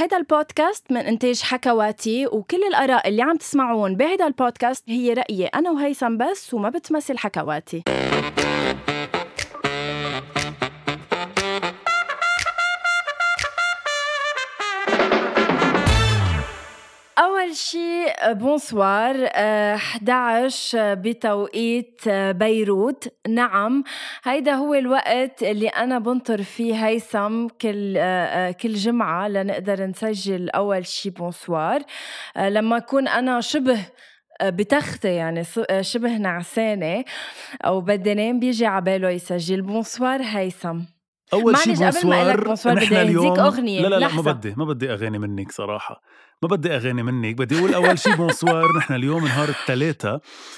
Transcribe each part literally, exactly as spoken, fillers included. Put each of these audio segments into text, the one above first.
هيدا البودكاست من إنتاج حكواتي، وكل الآراء اللي عم تسمعون بهيدا البودكاست هي رأيي أنا وهيثم بس، وما بتمثل حكواتي. أول شيء بونسوار، أحد عشر بتوقيت بيروت. نعم، هيدا هو الوقت اللي أنا بنطر فيه هيثم كل كل جمعة لنقدر نسجل أول شيء بونسوار، لما أكون أنا شبه بتختي، يعني شبه نعسانة أو بدي نام، بيجي عباله يسجل. بونسوار هيثم. أول شيء بونسوار، نحن اليوم أغنية. لا لا لا ما بدي ما بدي أغاني منك صراحة، ما بدي أغاني منك. بدي أقول أول شيء بونسوار. نحن اليوم نهار الثلاثة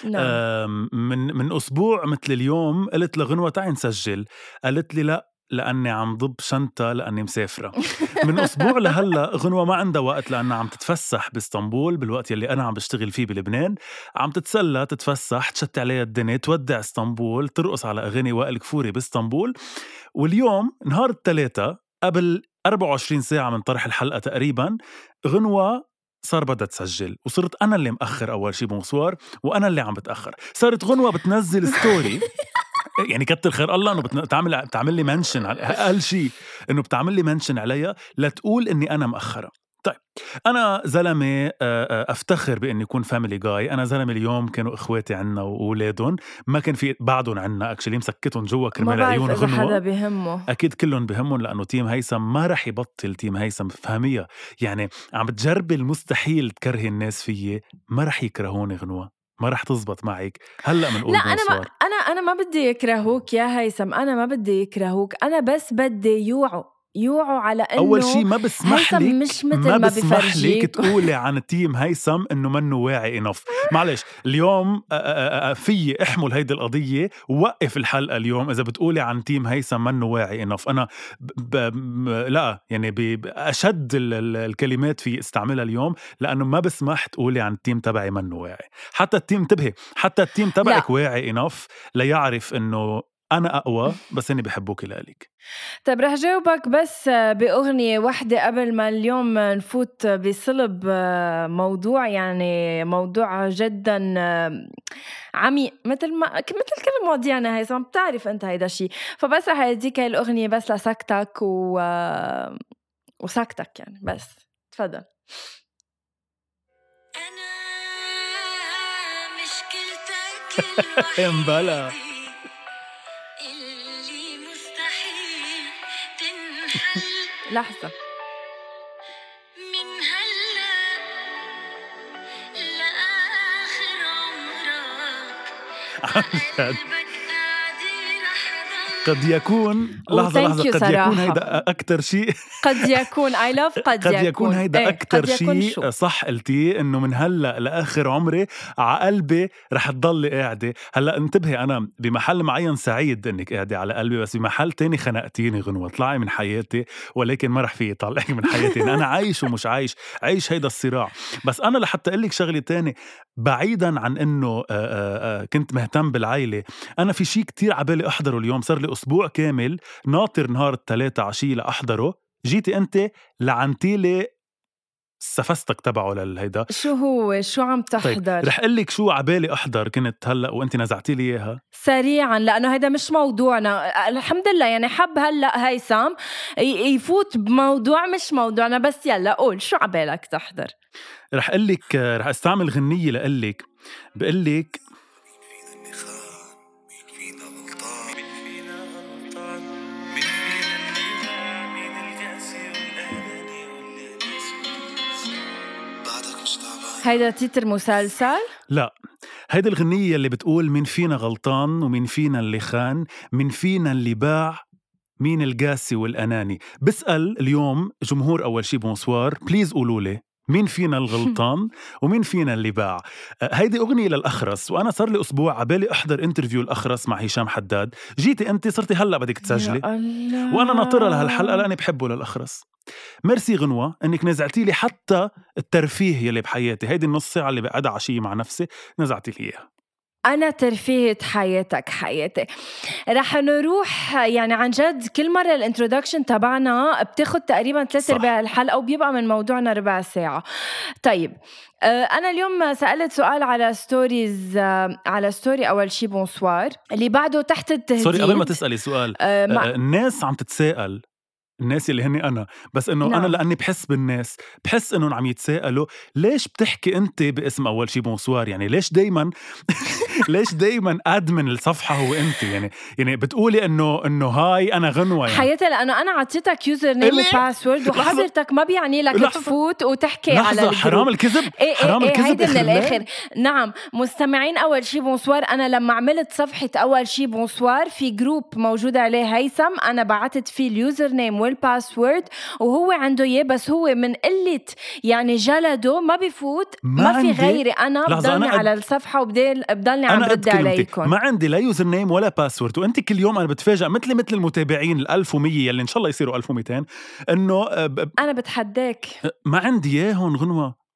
من من أسبوع مثل اليوم قلت لغنوة تعي نسجل، قالت لي لا لأني عم ضب شنطة لأني مسافرة. من أسبوع لهلأ غنوة ما عندها وقت لأنها عم تتفسح باسطنبول بالوقت يلي أنا عم بشتغل فيه بلبنان، عم تتسلى تتفسح تشتي عليها الدنيا تودع اسطنبول ترقص على أغاني وائل كفوري باسطنبول. واليوم نهار الثلاثة قبل أربعة وعشرين ساعة من طرح الحلقة تقريبا غنوة صار بدها تسجل، وصرت أنا اللي مأخر أول شي بونسوار، وأنا اللي عم بتأخر. صارت غنوة بتنزل ستوري يعني كتر خير الله انه بتعمل بتعمل لي منشن، اقل شيء انه بتعمل لي منشن عليها لتقول اني انا مأخرة. طيب انا زلمه افتخر باني اكون فاميلي جاي. انا زلمه اليوم كانوا اخواتي عنا واولادهم، ما كان في بعضهم عنا اكشلي، مسكتهم جوا كرمال عيون غنوة. حدا بهمه اكيد كلهم بهمهم، لانه تيم هيثم ما رح يبطل. تيم هيثم فهمية، يعني عم بتجرب المستحيل تكرهي الناس فيي، ما رح يكرهوني غنوة، ما رح تزبط معك. هلأ منقول لا أنا ما أنا أنا ما بدي يكرهوك يا هيثم، أنا ما بدي يكرهوك، أنا بس بدي يوعوا يوعوا على إنه أول شيء ما بسمح لك مش مثل ما, ما بسمح لك تقولي عن تيم هيثم إنه منه واعي إنف. معلش اليوم في احمل هيدي القضية، ووقف الحلقة اليوم إذا بتقولي عن تيم هيثم منه واعي إنف. أنا ب ب لا يعني بأشد الكلمات في استعملها اليوم، لأنه ما بسمح تقولي عن التيم تبعي منه واعي. حتى التيم تبهي، حتى التيم تبعك واعي إنف ليعرف إنه أنا أقوى، بس أني بحبوك لأليك. طيب رح جاوبك بس بأغنية واحدة قبل ما اليوم نفوت بصلب موضوع، يعني موضوع جدا عميق مثل ما مثل كل مواضيعنا هي، بتعرف أنت هيدا الشيء. فبس رح أديك هاي الأغنية بس لسكتك و... وسكتك يعني. بس تفضل. أنا مشكلتك امبلا لحظة من هلا لآخر عمرك قد يكون لحظة لحظة قد صراحة. يكون هيدا أكتر شيء قد يكون I love قد, قد يكون, يكون هيدا ايه أكتر شيء صح قلتي، إنه من هلأ لآخر عمري عقلبي رح تضل قاعدة. هلأ انتبهي، أنا بمحل معين سعيد إنك قاعدة على قلبي، بس بمحل تاني خنقتيني غنوة. طلعي من حياتي، ولكن ما رح فيه طلعي من حياتي. أنا عايش ومش عايش، عايش هيدا الصراع. بس أنا لحتى أقلك شغلي تاني، بعيدا عن إنه آآ آآ كنت مهتم بالعائلة، أنا في شيء كتير عبالي أحضره اليوم. صار لي أسبوع كامل ناطر نهار الثلاثة عشية لأحضره. جيتي أنت لعنتيلي سفستك تبعه للهيدا. شو هو شو عم تحضر؟ طيب رح قلك شو عبالي أحضر كنت هلأ وأنت نزعتي لي إياها سريعا، لأنه هيدا مش موضوعنا الحمد لله. يعني حب هلأ هيثم يفوت بموضوع مش موضوعنا، بس يلا قول شو عبالك تحضر. رح قلك، رح استعمل غنية لقلك. بقلك هيدا تيتر مسلسل؟ لا، هيدا الغنية اللي بتقول مين فينا غلطان ومين فينا اللي خان، مين فينا اللي باع، مين القاسي والأناني. بسأل اليوم جمهور أول شي بونسوار، بليز قولوا لي مين فينا الغلطان ومين فينا اللي باع. هيدي أغنية للأخرس، وأنا صار لي أسبوع عبالي أحضر انترفيو الأخرس مع هشام حداد. جيتي أنت صرتي هلأ بدك تسجلي، وأنا ناطرة لهالحلقة لأني بحبه للأخرس. ميرسي غنوة إنك نزعتي لي حتى الترفيه يلي بحياتي. هيدي النص ساعة اللي بقعدها عشية مع نفسي نزعتي لي إياها. أنا ترفيهة حياتك حياتي. رح نروح يعني عن جد كل مرة الانترودكشن تبعنا بتاخد تقريبا ثلاثة ربع الحلقة وبيبقى من موضوعنا ربع ساعة. طيب أنا اليوم سألت سؤال على ستوريز، على ستوري أول شي بونسوار اللي بعده تحت التهديد. سوري قبل ما تسألي سؤال، أه مع... الناس عم تتساءل، الناس اللي هني أنا بس إنه نعم. أنا لأني بحس بالناس، بحس إنه عم يتساءلوا ليش بتحكي أنت باسم أول شي بونسوار؟ يعني ليش دايما ليش دايما أدمن الصفحة هو أنت؟ يعني يعني بتقولي إنه إنه هاي أنا غنوة يعني. حياتي لأنه أنا عطيتك يوزر نيم وباسورد وحضرتك ما بيعني لك لحظة. تفوت وتحكي لحظة. على الجروب. حرام الكذب. إيه حرام إيه الكذب هيدا من الآخر. نعم مستمعين أول شي بونسوار، أنا لما عملت صفحة أول شي بونسوار في جروب موجود عليه هيثم، أنا بعتت فيه اليوزر نيم والباسورد وهو عنده إياه، بس هو من قلة يعني جلده ما بيفوت، ما, ما في غيري أنا بضلني على الصفحة وبضلني عم برد عليكم. ما عندي لا يوزر نيم ولا باسورد، وانت كل يوم انا بتفاجئ مثل مثل المتابعين الألف ومية يلي ان شاء الله يصيروا ألف ومئتين انه ب... انا بتحداك ما عندي اياهم غنوة.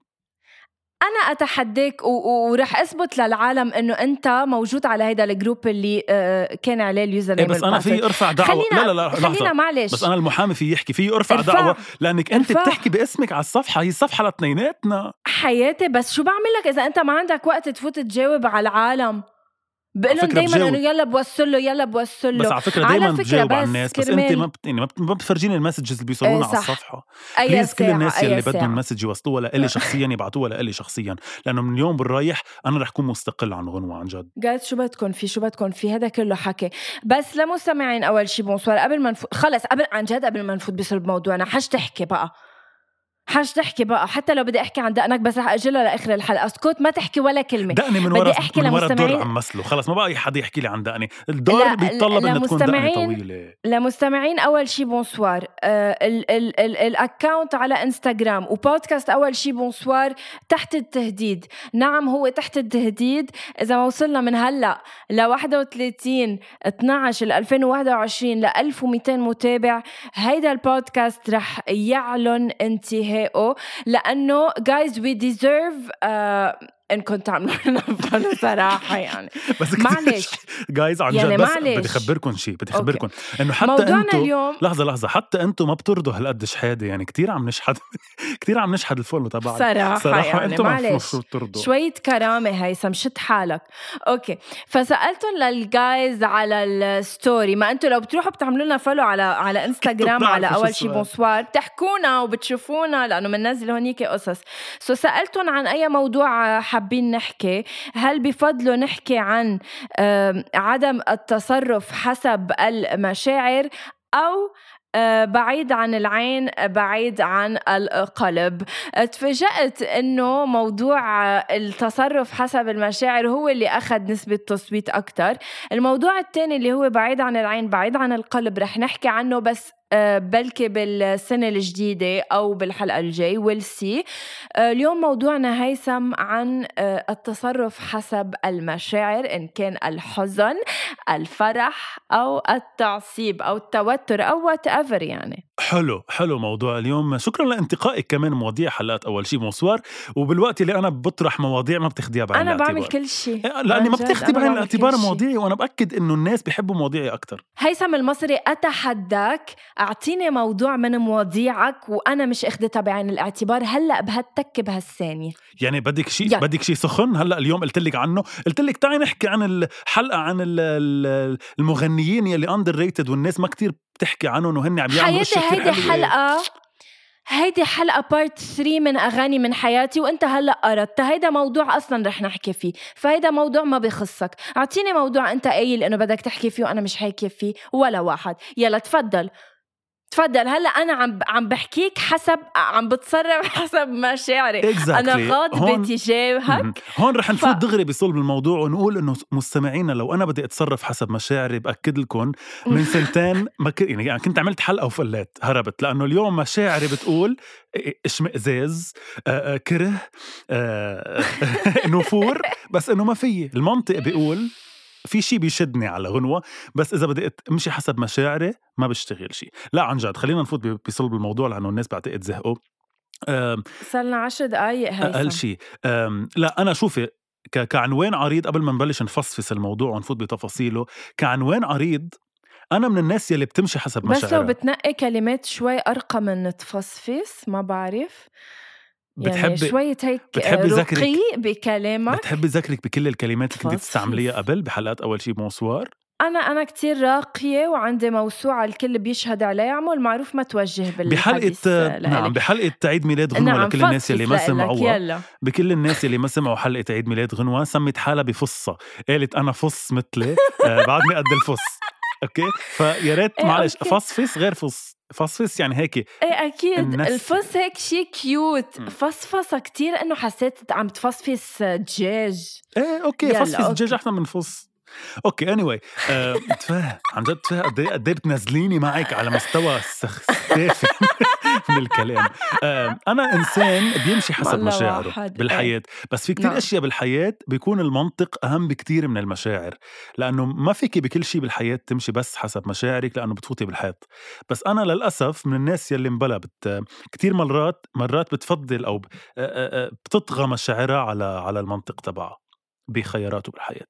أنا أتحداك و... ورح أثبت للعالم إنه أنت موجود على هيدا الجروب اللي آه كان عليه اليوزر نيم. إيه بس أنا في أرفع دعوة. خلينا... لا لا لا خلينا معلش. بس أنا المحامي في يحكي في أرفع ارفع. دعوة لأنك أنت ارفع. بتحكي باسمك على الصفحة، هي الصفحة لاتنيناتنا حياتي. بس شو بعمل لك إذا أنت ما عندك وقت تفوت تجاوب على العالم؟ بقولهم دايما انه يلا بوصل له يلا بوصل له. بس على فكره دايما بجاوب على الناس، بس انت ما بت... يعني ما بتفرجيني المسجز اللي بيوصلونا ايه على الصفحه. بليز كل الناس يلي بدهم مسج يوصلوها لإلي شخصيا يبعتوها لإلي شخصيا، لانه من اليوم بالرايح انا رح اكون مستقل عن غنوة عن جد. جايز شو بدكم في شو بدكم في هذا كله حكي. بس لمستمعين اول شي بونسوار، قبل ما نفوت خلص قبل عن جد قبل ما نفوت بصلب موضوعنا، حاج تحكي بقى حاج تحكي بقى، حتى لو بدي احكي عن دقنك بس رح اجلها لاخر الحلقه. اسكت ما تحكي ولا كلمه. دقني من ورا من ورا الدور عم مسله، خلص ما بقى حدا يحكي لي عن دقني. الدور بيتطلب انه تكون دقني طويله. لمستمعين اول شي بونسوار، آه ال ال ال الاكاونت على انستغرام وبودكاست اول شي بونسوار تحت التهديد. نعم هو تحت التهديد. اذا ما وصلنا من هلا ل واحد وثلاثين اثنعش ألفين وواحد وعشرين ل ألف ومئتين متابع، هيدا البودكاست رح يعلن انتهاء، لأنه guys we deserve uh, إنكم تعملوا لنا فولو صراحة يعني. بس معلش جايز عن يعني جد. بس معلش. بدي خبركم شيء بدي خبركم إنه حتى أنتوا اليوم... لحظة لحظة حتى أنتوا ما بترضوا هالقد شحادة يعني. كتير عم نشحد كتير عم نشحد الفولو تبعك صراحة, صراحة يعني. أنتوا معلش شوية كرامة هيثم شد حالك. أوكي فسألتهم للجايز على الستوري، ما أنتوا لو بتروحوا بتعملوا لنا فولو على على إنستغرام على أول شي بونسوار بتحكونا وبتشوفونا لأنه مننزل هونيك قصص. سو سألتهم عن أي موضوع حابين نحكي. هل بفضلوا نحكي عن عدم التصرف حسب المشاعر أو بعيد عن العين بعيد عن القلب؟ تفاجأت إنه موضوع التصرف حسب المشاعر هو اللي أخذ نسبة تصويت أكتر. الموضوع الثاني اللي هو بعيد عن العين بعيد عن القلب رح نحكي عنه بس بلكي بالسنة الجديدة أو بالحلقة الجاي والسي. اليوم موضوعنا هيثم عن التصرف حسب المشاعر، إن كان الحزن الفرح أو التعصيب أو التوتر أو whatever يعني. حلو حلو موضوع اليوم. شكرا لانتقائك كمان مواضيع حلقات أول شي بونسوار، وبالوقت اللي أنا بطرح مواضيع ما بتاخديها بعين أنا الاعتبار. بعمل كل شيء لأني ما بتاخدي بعين الاعتبار مواضيعي، وأنا بأكد إنه الناس بيحبوا مواضيعي أكتر. هيثم المصري أتحداك أعطيني موضوع من مواضيعك وأنا مش أخدتها بعين الاعتبار هلأ بهالتك بهالثانية. يعني بدك شيء يعني. بدك شيء سخن هلأ اليوم قلت لك عنه، قلت لك تعي نحكي عن الحلقة عن المغنيين يلي أندر ريتد والناس ما كتير بتحكي عنهم وهن عم يعملوا أشياء كتير حلوة. هيدي حلقة هيدي حلقة بارت ثلاثة من أغاني من حياتي وأنت هلأ أردت. هيدا موضوع أصلا رح نحكي فيه، فهيدا موضوع ما بيخصك. أعطيني موضوع أنت قايل إنه بدك تحكي فيه وأنا مش حاكي فيه ولا واحد. يلا تفضل تفضل. هلا انا عم عم بحكيك حسب عم بتصرف حسب مشاعري exactly. انا غاضبه تجاهك. هون رح نفوت ف... دغري بصلب الموضوع ونقول انه مستمعينا لو انا بدي اتصرف حسب مشاعري باكد لكم من سنتين ما ك... يعني كنت عملت حلقه وفلت هربت، لانه اليوم مشاعري بتقول اشمئزاز آه، كره آه، نفور، بس انه ما في. المنطق بيقول في شيء بيشدني على غنوة، بس إذا بدي أمشي حسب مشاعري ما بشتغل شيء. لا عن جد خلينا نفوت بصلب الموضوع لأنه الناس بعتقد زهقوا. صارنا عشر دقايق هيثم. أقل شيء لا أنا شوفي ك- كعنوان عريض قبل ما نبلش نفصفص الموضوع ونفوت بتفاصيله، كعنوان عريض أنا من الناس يلي بتمشي حسب بس مشاعرها. لو بتنقي كلمات شوي أرقى من تفصفص ما بعرف يعني بتحبي شوية هيك بتحبي ذكرك رقي بكلامك. بتحبي ذكرك بكل الكلمات اللي كنت تفصفص. تستعمليها قبل بحلقات أول شي بونسوار. أنا أنا كتير راقية وعندي موسوعة الكل بيشهد عليها، عمل معروف ما توجه بحلقة بالحديث لإلي. نعم بحلقة عيد ميلاد غنوة نعم لكل الناس يلي ما فصفص لإلك سمعوها، يلا. بكل الناس يلي ما سمعوا حلقة عيد ميلاد غنوة سمت حالها بفصة، قالت أنا فص مثلي آه بعدني قد الفص. اوكي فيا ريت إيه، معلش أوكي. فصفص غير فص، فصفص يعني هيك ايه اكيد الناس- الفص هيك شي كيوت. م. فصفصة كتير انه حسيت عم تفصفص دجاج. ايه اوكي يلا، فصفص أوكي. الدجاج احسن من فص. اوكي anyway آه، تفاهم عن جد تفاهم قد ايه قد ايه بتنزليني معك على مستوى السخافي من الكلام. آه، انا انسان بيمشي حسب والله مشاعره واحد. بالحياه، بس في كتير نعم. اشياء بالحياه بيكون المنطق اهم بكتير من المشاعر، لانه ما فيك بكل شيء بالحياه تمشي بس حسب مشاعرك لانه بتفوتي بالحيط. بس انا للاسف من الناس يلي مبلا بت... كتير مرات مرات بتفضل او ب... آه، آه، بتطغى مشاعرها على على المنطق تبعها بخياراته بالحياه.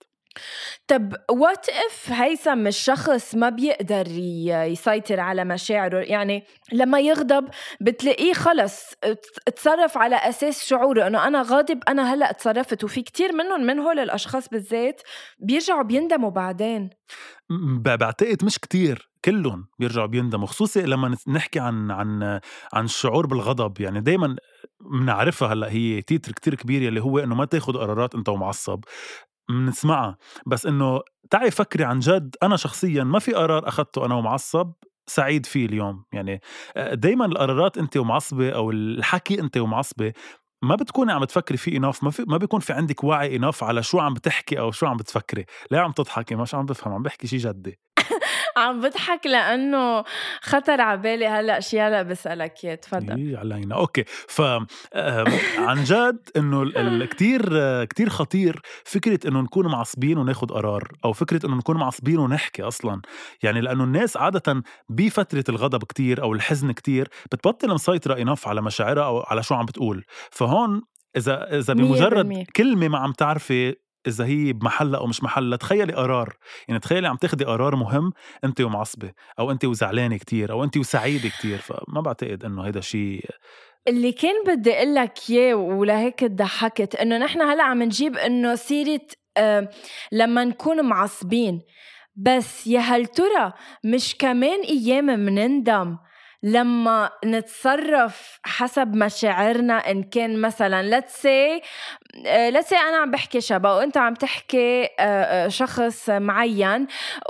طب وات اف هيثم الشخص ما بيقدر ي- يسيطر على مشاعره؟ يعني لما يغضب بتلاقيه خلص ات- اتصرف على أساس شعوره انه انا غاضب، انا هلأ اتصرفت. وفي كتير منهم من هول الاشخاص بالذات بيرجعوا بيندموا بعدين. م- ب- بعتقد مش كتير، كلهم بيرجعوا بيندموا، خصوصي لما نس- نحكي عن عن عن الشعور بالغضب. يعني دايما بنعرفها هلا هي تيتر كتير كبير اللي هو انه ما تاخد قرارات انت ومعصب، بنسمعها. بس انه تعي فكري عن جد، انا شخصيا ما في قرار اخذته انا ومعصب سعيد فيه اليوم. يعني دايما القرارات انت ومعصبه او الحكي انت ومعصبه ما بتكوني عم تفكري فيه إناف، ما, في ما بيكون في عندك وعي إناف على شو عم بتحكي أو شو عم بتفكري. لا عم تضحكي، مش عم بفهم، عم بحكي شي جدي. عم بضحك لأنه خطر عبالي هلأ شي هلأ بسألك إياه. تفضل. إيه علينا. أوكي ف آم، عن جد إنه ال- ال- كتير آه، كتير خطير فكرة إنه نكون معصبين وناخد قرار، أو فكرة إنه نكون معصبين ونحكي أصلا. يعني لأنه الناس عادة بفترة الغضب كتير أو الحزن كتير بتبطل مسيطرة إناف على مشاعرها أو على شو عم بتقول. فهون إذا إذا مية بمجرد بالمية. كلمة ما عم تعرفي إذا هي بمحلها أو مش محلها، تخيلي قرار. يعني تخيلي عم تاخدي قرار مهم أنت ومعصبة، أو أنت وزعلانة كتير، أو أنت وسعيدة كتير. فما بعتقد إنه هيدا شيء. اللي كان بدي اقول لك اياه ولهيك ضحكت انه نحن هلا عم نجيب انه سيره آه لما نكون معصبين، بس يا هل ترى مش كمان ايام منندم لما نتصرف حسب مشاعرنا؟ ان كان مثلا let's say uh, let's say انا عم بحكي شبه وانت عم تحكي uh, شخص معين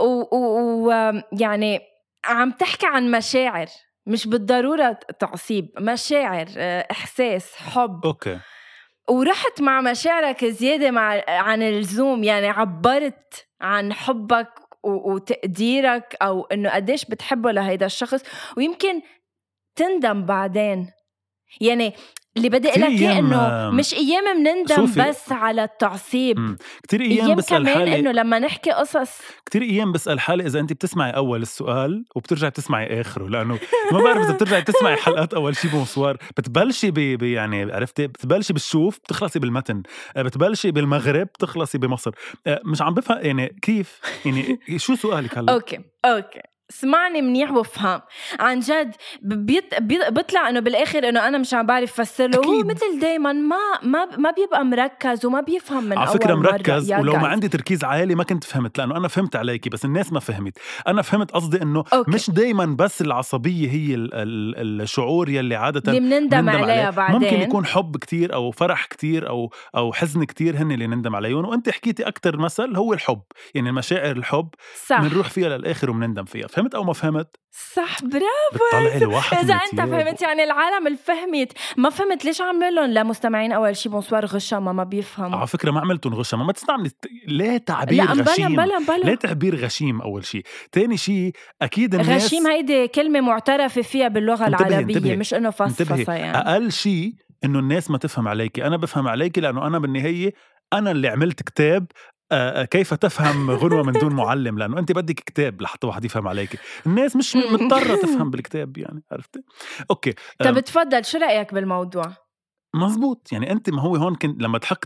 ويعني عم تحكي عن مشاعر، مش بالضرورة تعصيب، مشاعر، إحساس، حب. أوكي. ورحت مع مشاعرك زيادة مع عن اللزوم، يعني عبرت عن حبك وتقديرك أو إنه قديش بتحبه لهيدا الشخص، ويمكن تندم بعدين. يعني اللي بدي أقول لك إيه إنه مش أيام منندم بس على التعصيب، كتير أيام, أيام بسأل حالي إنه لما نحكي قصص كتير أيام بسأل حالي إذا أنت بتسمعي أول السؤال وبترجع تسمعي آخره، لأنه ما بعرف إذا بترجعي تسمعي حلقات أول شي بونسوار بتبلشي ب يعني عرفتي بتبلشي بالشوف بتخلصي بالمتن، بتبلشي بالمغرب بتخلصي بمصر. مش عم بفهم يعني كيف، يعني شو سؤالك هلا؟ أوكي أوكي اسمعني منيح وافهم عن جد. بيط... بيطلع انه بالاخر انه انا مش عم بعرف افسره، هو مثل دايما ما ما ما بيبقى مركز وما بيفهم من اول مره. على فكره مركز، ولو جايز. ما عندي تركيز عالي ما كنت فهمت، لانه انا فهمت عليكي بس الناس ما فهمت. انا فهمت قصدي انه أوكي. مش دايما بس العصبيه هي ال... ال... الشعور يلي عاده اللي بنندم عليها بعدين. ممكن يكون حب كتير او فرح كتير او او حزن كتير هن اللي نندم عليهم. وانت حكيتي اكتر مثل هو الحب، يعني المشاعر الحب بنروح فيها للاخر وبنندم فيها. فهمت او ما فهمت؟ صح برافو. إذا أنت فهمت يعني العالم الفهمت. ما فهمت ليش عامل لهم لمستمعين أول شي بونسوار غشامة ما بيفهموا. على فكرة ما عملتون غشامة، ما تستعمل ليه تعبير لا غشيم. بلا بلا بلا. ليه تعبير غشيم أول شي. تاني شي أكيد الناس غشيم هيدي كلمة معترفة فيها باللغة انتبه العربية انتبه. مش إنه فصفصة يعني. أقل شي إنه الناس ما تفهم عليكي. أنا بفهم عليكي لأنه أنا بالنهاية أنا اللي عملت كتاب كيف تفهم غنوة من دون معلم، لأنه أنت بدك كتاب لحتى واحد يفهم عليك. الناس مش مضطرة تفهم بالكتاب يعني، عرفتي؟ أوكي طب تفضل شو رأيك بالموضوع؟ مزبوط. يعني أنت ما هو هون كنت لما ضحكتي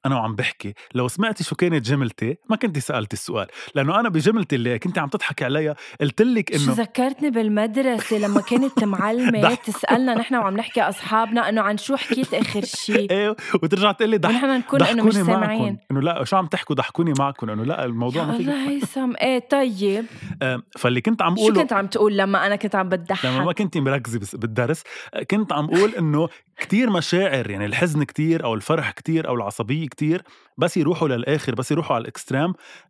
أنا وعم بحكي لو سمعتي شو كانت جملتي ما كنتي سألتي السؤال، لأنه أنا بجملتي اللي كنتي عم تضحكي عليها قلت لك شو إنه ذكرتني بالمدرسة لما كانت المعلمة ضحك. تسألنا نحن وعم نحكي أصحابنا إنه عن شو حكيت آخر شيء إيه وترجع تقول لي ضح ونحن نكون إنه مش ضحكوني معكم، سامعين. إنه لا شو عم تحكوا ضحكوني معكم، إنه لا الموضوع يا ما فيك. الله هيثم إيه طيب آه، فاللي كنت عم شو أقوله كنت عم تقول لما أنا كنت عم لما ما بتضحك؟ كنتي مركزة بس- بالدرس، آه، كنت عم أقول إنه كتير مشاعر، يعني الحزن كتير أو الفرح كتير أو العصبية كتير، بس يروحوا للآخر، بس يروحوا على الإكسترام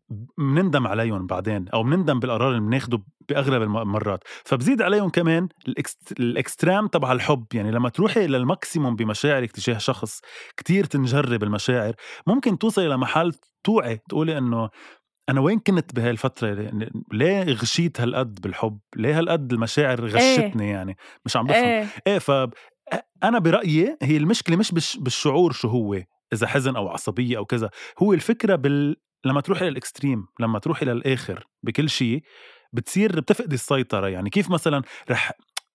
منندم عليهم بعدين، أو منندم بالقرار اللي بناخده بأغلب المرات. فبزيد عليهم كمان الإكست... الإكسترام تبع الحب، يعني لما تروحي للماكسيموم بمشاعرك تجاه شخص كتير تنجرب المشاعر، ممكن توصلي لمحل توعي تقولي إنه أنا وين كنت بهاي الفترة؟ ليه غشيت هالقد بالحب؟ ليه هالقد المشاعر غشتني؟ يعني مش عم بفهم. إيه إيه ف أنا برأيي هي المشكلة مش بالش... بالشعور شو هو، إذا حزن أو عصبية أو كذا، هو الفكرة بال لما تروحي للإكستريم، لما تروحي للآخر بكل شيء بتصير بتفقدي السيطرة. يعني كيف مثلا رح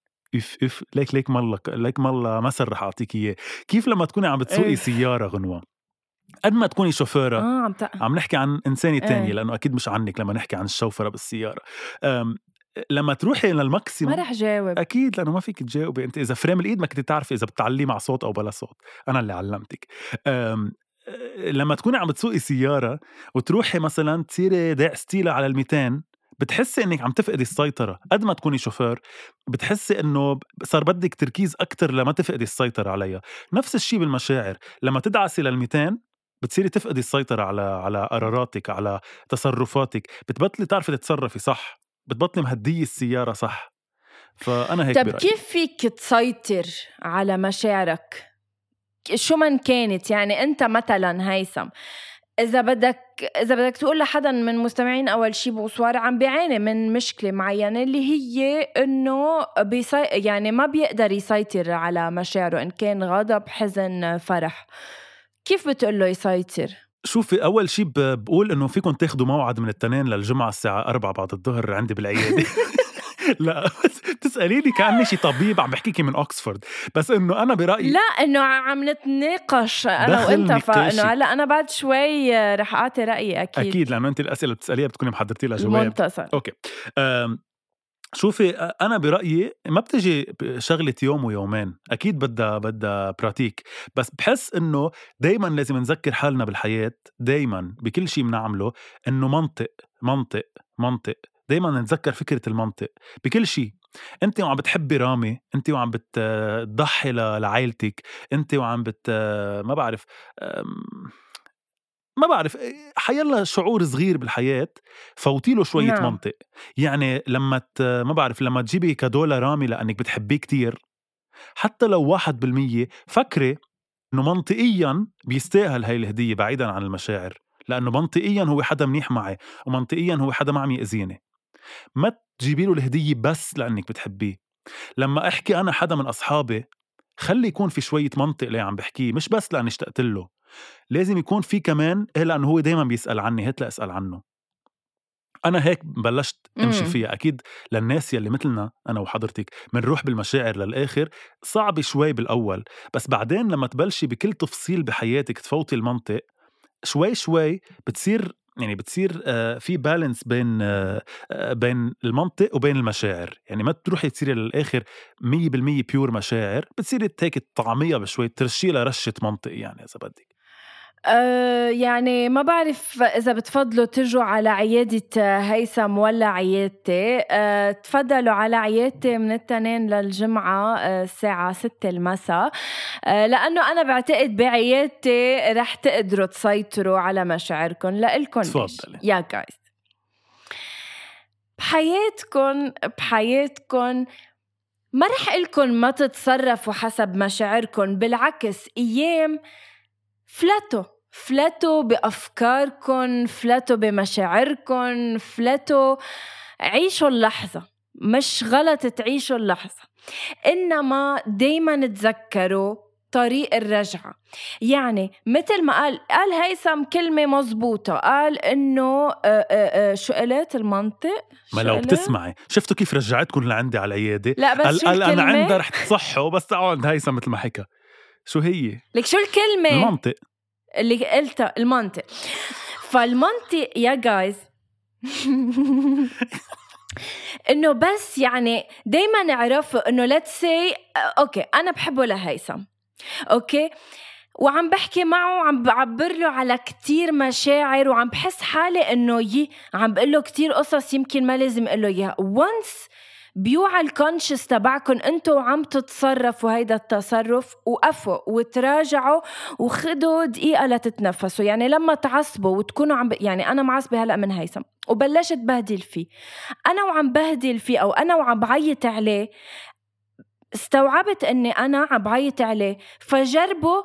إف إف ليك ليك مالله ليك مالله مثل رح أعطيك إياه. كيف لما تكوني عم بتسوقي إيه. سيارة غنوة، قد ما تكوني شوفيرة، آه عم تق... عم نحكي عن إنسانة تانية إيه. لأنه أكيد مش عنك لما نحكي عن الشوفرة بالسيارة، أم... لما تروحي ما للماكسيموم رح جاوب. أكيد لأنه ما فيك تجاوبي أنت. إذا فريم الإيد ما كنت تعرفي إذا بتعليه مع صوت أو بلا صوت، أنا اللي علمتك. أم... لما تكوني عم بتسوقي سيارة وتروحي مثلا تصيري داع ستيلة على الميتين، بتحسي إنك عم تفقدي السيطرة. قد ما تكوني شوفير بتحسي إنه صار بدك تركيز أكتر لما تفقدي السيطرة عليها. نفس الشيء بالمشاعر، لما تدعسي للميتين بتصيري تفقدي السيطرة على على قراراتك، على تصرفاتك، بتبطلي تعرفي تتصرفي صح، بتبطلي مهدية السيارة صح. فأنا هيك طب برأيي. كيف فيك تسيطر على مشاعرك شو من كانت؟ يعني أنت مثلا هيثم إذا بدك إذا بدك تقول لحدا من مستمعين أول شي بوصوار عم بيعاني من مشكلة معينة اللي هي إنه بيسي... يعني ما بيقدر يسيطر على مشاعره، إن كان غضب حزن فرح، كيف بتقول له يسيطر؟ شوفي أول شي بقول إنه فيكم تاخدوا موعد من التنين للجمعة الساعة أربعة بعد الظهر عندي بالعيادة. لا بس تسأليني كأني شي طبيب عم بحكيكي من أكسفورد، بس إنه أنا برأيي لا إنه عم نتناقش أنا دخل وإنت، فإنه نقاشي. هلا أنا بعد شوي رح أعطي رأيي أكيد. أكيد لأنه أنت الأسئلة بتسأليها بتكوني محضرتي لها جواب. منتصر. أوكي أم شوفي أنا برأيي ما بتجي شغلة يوم ويومين، أكيد بدها بدها براتيك، بس بحس إنه دايما لازم نذكر حالنا بالحياة دايما بكل شيء بنعمله إنه منطق منطق منطق. دايما نتذكر فكرة المنطق بكل شيء. أنت وعم بتحبي رامي، أنت وعم بتضحي لعائلتك، أنت وعم بت ما بعرف ما بعرف حيلا شعور صغير بالحياة، فوتيله شوية نعم. منطق. يعني لما ت... ما بعرف لما تجيبي كادولا رامي لأنك بتحبيه كتير، حتى لو واحد بالمية فكري إنه منطقيا بيستاهل هاي الهدية بعيدا عن المشاعر، لأنه منطقيا هو حدا منيح معي، ومنطقيا هو حدا ما عم يأذيني. ما تجيبيله الهدية بس لأنك بتحبيه. لما أحكي أنا حدا من أصحابي خلي يكون في شوية منطق ليه عم بحكيه، مش بس لأني اشتقت له، لازم يكون في كمان إيه، لأنه هو دايما بيسأل عني هات لأسأل عنه. أنا هيك بلشت أمشي مم. فيها. أكيد للناس يلي مثلنا أنا وحضرتك منروح بالمشاعر للآخر صعب شوي بالأول، بس بعدين لما تبلشي بكل تفصيل بحياتك تفوتي المنطق شوي شوي بتصير يعني بتصير آه في بالانس بين آه بين المنطق وبين المشاعر. يعني ما تروحي تصيري للآخر مية بالمية بيور مشاعر، بتصيري تهيك طعمية بشوي ترشي لها رشة منطق. يعني إذا بدك أه يعني ما بعرف إذا بتفضلوا ترجوا على عيادة هيثم ولا عيادتي. أه تفضلوا على عيادتي من التنين للجمعة أه الساعة ستة المساء، أه لأنه أنا بعتقد بعيادتي رح تقدروا تسيطروا على مشاعركم. لإلكم تفضلي يا جايز بحياتكم بحياتكم ما رح إلكم ما تتصرفوا حسب مشاعركم، بالعكس أيام فلتوا فلتوا بأفكاركم، فلتوا بمشاعركم، فلتوا عيشوا اللحظة. مش غلط تعيشوا اللحظة، إنما دايما تذكروا طريق الرجعة. يعني مثل ما قال قال هيثم كلمة مزبوطة، قال إنه آآ آآ شو قلت المنطق. ما لو بتسمعي شفتوا كيف رجعتكم لعندي على العيادة. لا بس قال شو قال أنا الكلمة؟ عندها رح تصحوا بس أقعد هيثم مثل ما حكى. شو هي لك شو الكلمة؟ المنطق. اللي قلتها المنطق. فالمنطق يا جايز إنه بس يعني دايما نعرفه إنه let's say أوكي أنا بحبه لهيثم أوكي وعم بحكي معه وعم بعبر له على كتير مشاعر وعم بحس حالي إنه ي... عم بقول له كتير قصص يمكن ما لازم أقول له إياها. once بيوعى الكونشس تبعكم انتوا وعم تتصرفوا هيدا التصرف وقفوا وتراجعوا وخدوا دقيقة لتتنفسوا. يعني لما تعصبوا وتكونوا عم ب... يعني أنا معصبة هلأ من هيثم وبلشت بهدل فيه أنا وعم بهدل فيه أو أنا وعم بعيط عليه استوعبت أني أنا عم بعيط عليه فجربوا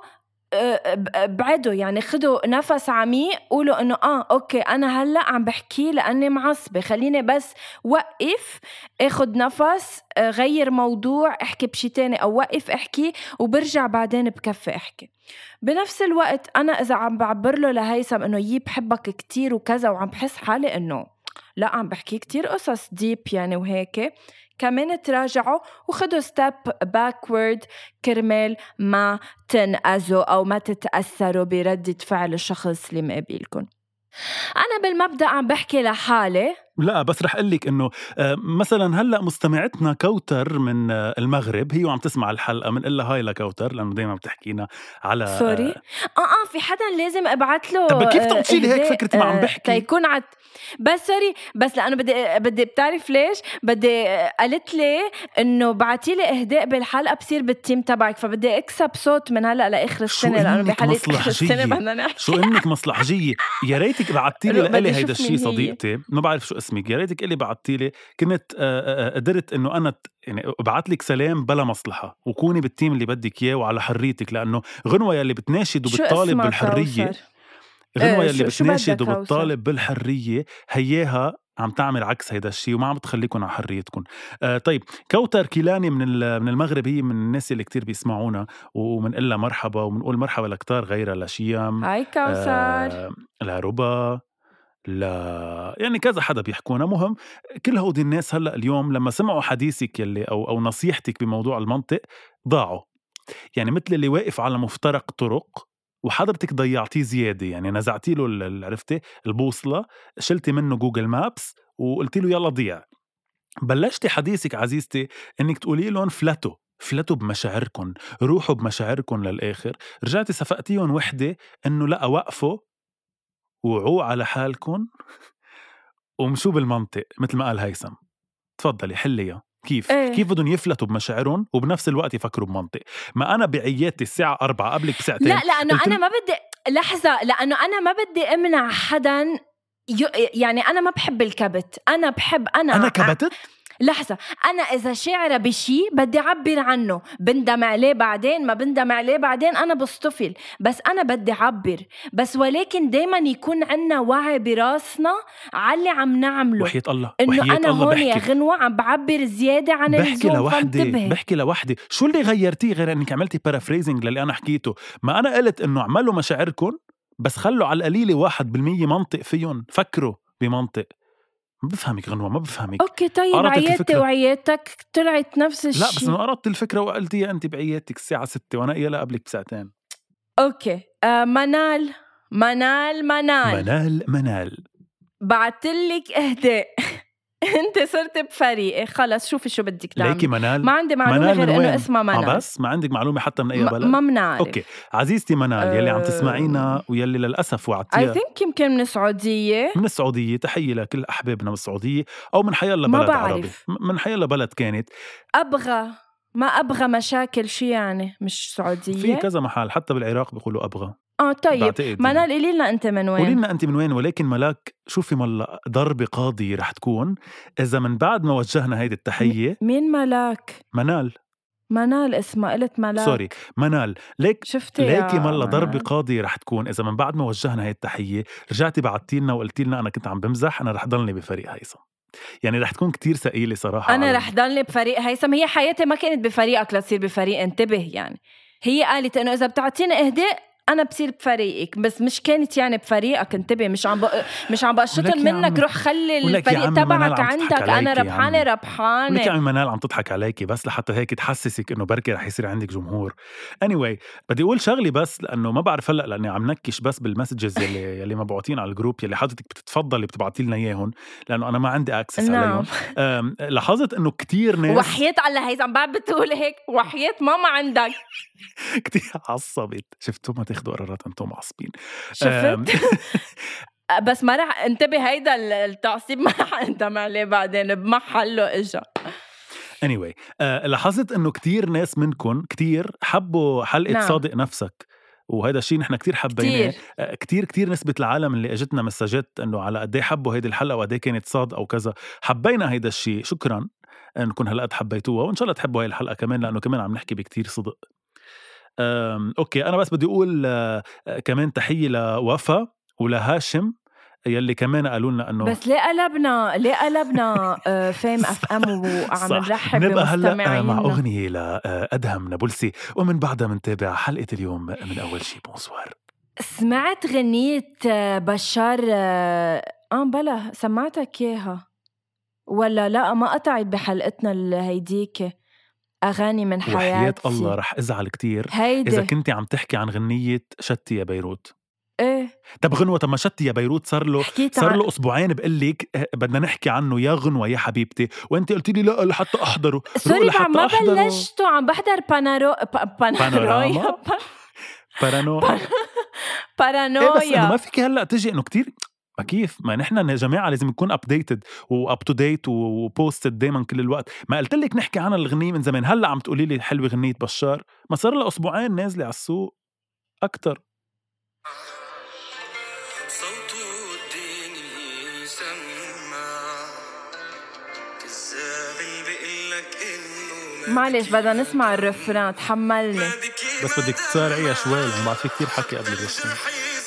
بعدوا يعني خدوا نفس عميق قولوا انه اه اوكي انا هلا عم بحكي لاني معصبه خليني بس وقف اخد نفس غير موضوع احكي بشي تاني او وقف احكي وبرجع بعدين بكفي احكي. بنفس الوقت انا اذا عم بعبر له لهيثم انه يي بحبك كتير وكذا وعم بحس حالي انه لا عم بحكي كتير قصص ديب يعني وهيك كمان تراجعوا وخدوا step backward كرمال ما تنأذوا أو ما تتأثروا بردة فعل الشخص اللي مقابلكم. أنا بالمبدأ عم بحكي لحالي. لا بس رح قلك إنه مثلا هلأ مستمعتنا كوتر من المغرب هي وعم تسمع الحلقة من إلا هاي لكوتر لأنه دايما بتحكينا على سوري آه آه في حدا لازم أبعت له. طب كيف تقولي لي هيك فكرتي ما عم بحكي تيكون عت بس سوري بس لأنه بدي بدي بتعرف ليش بدي قالت لي إنه بعتي لي إهداء بالحلقة بصير بالتيم تبعك فبدي أكسب صوت من هلأ لآخر السنة لأنه بحلقة آخر السنة بدنا نحكي. شو إنك مصلحجية يا ريتك بعتي لي لقلي هيدا الشيء صديقتي ما بعرف شو اسمك يا ريتك قلي بعتي لي كنت قدرت إنه أنا يعني ابعت لك سلام بلا مصلحة وكوني بالتيم اللي بدك إياه وعلى حريتك لأنه غنوة يلي بتناشد وبتطالب بالحرية غنوة يلي بتناشد وبتطالب بالحرية هياها عم تعمل عكس هيدا الشيء وما عم بتخليكم على حريتكم. آه طيب كوتر كيلاني من من المغرب هي من الناس اللي كتير بيسمعونا ومن إلا مرحبا ومنقول مرحبا لكتار غيرها لشيام هاي كوثر آه لربا لا يعني كذا حدا بيحكونا. مهم كل هودي الناس هلأ اليوم لما سمعوا حديثك يلي أو, أو نصيحتك بموضوع المنطق ضاعوا يعني مثل اللي واقف على مفترق طرق وحضرتك ضيعتيه زيادة يعني نزعتي له عرفتي البوصلة شلتي منه جوجل مابس وقلتي له يلا ضيع. بلشتي حديثك عزيزتي انك تقولي لهم فلتوا فلتوا بمشاعركم روحوا بمشاعركم للآخر. رجعتي سفقتيهم وحدة انه لا وقفوا وعوا على حالكم ومشوا بالمنطق مثل ما قال هيثم. تفضلي حليها كيف إيه؟ كيف بدهم يفلتوا بمشاعرهم وبنفس الوقت يفكروا بمنطق. ما أنا بعياتي الساعة أربعة قبلك بساعتين لا لأنه أنا ل... ما بدي لحظة لأنه أنا ما بدي أمنع حدا ي... يعني أنا ما بحب الكبت أنا بحب أنا أنا كبتت لحظة أنا إذا شاعرة بشي بدي أعبر عنه بندم عليه بعدين ما بندم عليه بعدين أنا بصطفل بس أنا بدي أعبر بس ولكن دايما يكون عنا وعي براسنا على اللي عم نعمله وحياة الله إنه وحياة أنا الله هون يا بحكي. غنوة عم بعبر زيادة عن بحكي اللزوم لوحدي فانتبه. بحكي لوحدي شو اللي غيرتيه غير أنك عملتي بارافريزنج للي أنا حكيته. ما أنا قلت إنه عملوا مشاعركم بس خلوا على القليلة واحد بالمية منطق فيهم فكروا بمنطق. ما بفهمك غنوة ما بفهمك. أوكي طيب عياتي وعياتك طلعت نفس الشيء. لا بس أنا أردت الفكرة وقلتيها أنت بعياتك الساعة ستة وأنا إيالا قبلك بساعتين. أوكي آه منال منال منال منال منال بعتلك إهداء انت صرت بفريقي خلص شوفي شو بدك تعمل. ليكي منال ما عندي معلومة غير انه اسمها منال. آه بس ما عندك معلومة حتى من اي بلد؟ ما بنعرف. اوكي عزيزتي منال يلي عم تسمعينا ويلي للاسف وعدتيها I think يمكن من السعودية. من السعودية. تحية لكل احبابنا من السعودية او من حيالله بلد عربي من حيالله بلد كانت. ابغى ما ابغى مشاكل شي يعني مش سعودية في كذا محل حتى بالعراق بيقولوا ابغى. اه طيب منال قولي لنا انت من وين؟ قولي لنا انت من وين. ولكن ملاك شوفي ملا ضربة قاضية رح تكون اذا من بعد ما وجهنا هيدي التحية. مين ملاك؟ منال منال اسمها قلت ملاك سوري منال ليك شفتي ليكي ملا ضربة قاضية رح تكون إذا من بعد ما وجهنا هاي التحية رجعتي بعتيلنا وقلتي لنا أنا كنت عم بمزح أنا رح ضلني بفريق هيثم. يعني رح تكون كتير ثقيلة صراحة. أنا رح ضلني بفريق هيثم. هي حياتي ما كانت بفريقك لتصير بفريق انتبه يعني. هي قالت إنه إذا بتعطيني إهداء انا بصير بفريقك، بس مش كانت يعني بفريقك، انتبه، مش عم بق... مش عم بقشطن منك، روح خلي الفريق تبعك عندك، انا ربحانه ربحانه. ولك يا عمي منال عم تضحك عليكي بس لحتى هيك تحسسك انه بركي رح يصير عندك جمهور. anyway بدي اقول شغلي بس لانه ما بعرف هلا لاني عم نكش بس بالمسجز يلي يلي مبعوتين على الجروب يلي حضرتك بتتفضلي بتبعتي لنا اياهم لانه انا ما عندي اكسس نعم. عليهم. لاحظت انه كتير ناس وحياة الله هيثم بعد بتقول هيك، وحياة ماما عندك كتير عصبت. شفتوا ما تاخدوا قرارات انتم معصبين. شفت بس ما رح انتبه، هيدا التعصيب ما رح اندم عليه بعدين بمحله اجا. anyway آه لاحظت انه كتير ناس منكم كتير حبوا حلقة نعم. صادق نفسك، وهذا الشيء نحن كتير حبيناه. كتير. آه كتير كتير نسبة العالم اللي اجتنا مساجات انه على قد ايه حبوا هيدي الحلقة وقد ايه كانت صاد او كذا. حبينا هيدا الشيء، شكرا انكم هلا حبيتوها، وان شاء الله تحبوا هاي الحلقة كمان لانه كمان عم نحكي بكتير صدق. اوكي انا بس بدي اقول آه كمان تحية لوفا ولهاشم يلي كمان قالوا لنا انه بس ليه قلبنا ليه قلبنا آه فيم اف ام وعم نرحب نبقى هلا مع بمستمعينا. اغنيه لادهم نابلسي ومن بعدها منتابع حلقه اليوم من اول شي بونسوار. سمعت غنية بشار اه بلا سمعتك اياها ولا لا؟ ما قطعت بحلقتنا الهيديك أغاني من حياتي. وحياة الله رح أزعل كتير هيدي. إذا كنتي عم تحكي عن غنية شتي يا بيروت. إيه طب غنوة طب ما شتي يا بيروت صار له صار له أسبوعين بقلك بدنا نحكي عنه يا غنوة يا حبيبتي، وأنت قلتي لي لا لحتى أحضره. سوري ما بلشتوا عم بحضر بانارو بانوراما بارانو بارانويا. إيه بس إنه ما فيك هلا تجي إنه كتير ما كيف ما نحن يا جماعة لازم نكون أبديتد وأب تو ديت وبوستد دايما كل الوقت. ما قلت لك نحكي عنها الغنية من زمان، هلا عم تقولي لي حلوة غنية بشار، ما صار لها أسبوعين نازلة على السوق أكتر. معلش بدنا نسمع الرفران، تحملني بس بدك تسارعيها شوي لأنه بعد في كتير حكي قبل الرفران.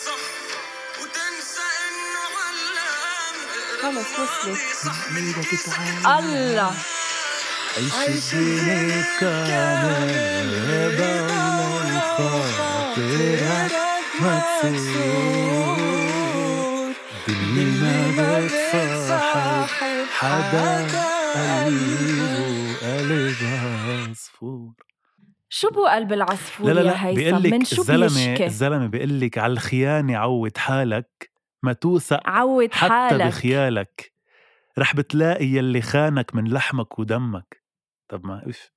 خلص وصلت الله عيش الدنيا كامل بولا خاطرك مكسور دنيا ما بتصاحب حدا قلبه قلب عصفور. شو بو قلب العصفور؟ لا لا لا يا هيثم من شو الزلمة الزلمة بيقلك على الخيانة عود حالك ما توثق عود حتى حالك بخيالك رح بتلاقي يلي خانك من لحمك ودمك. طب ما إف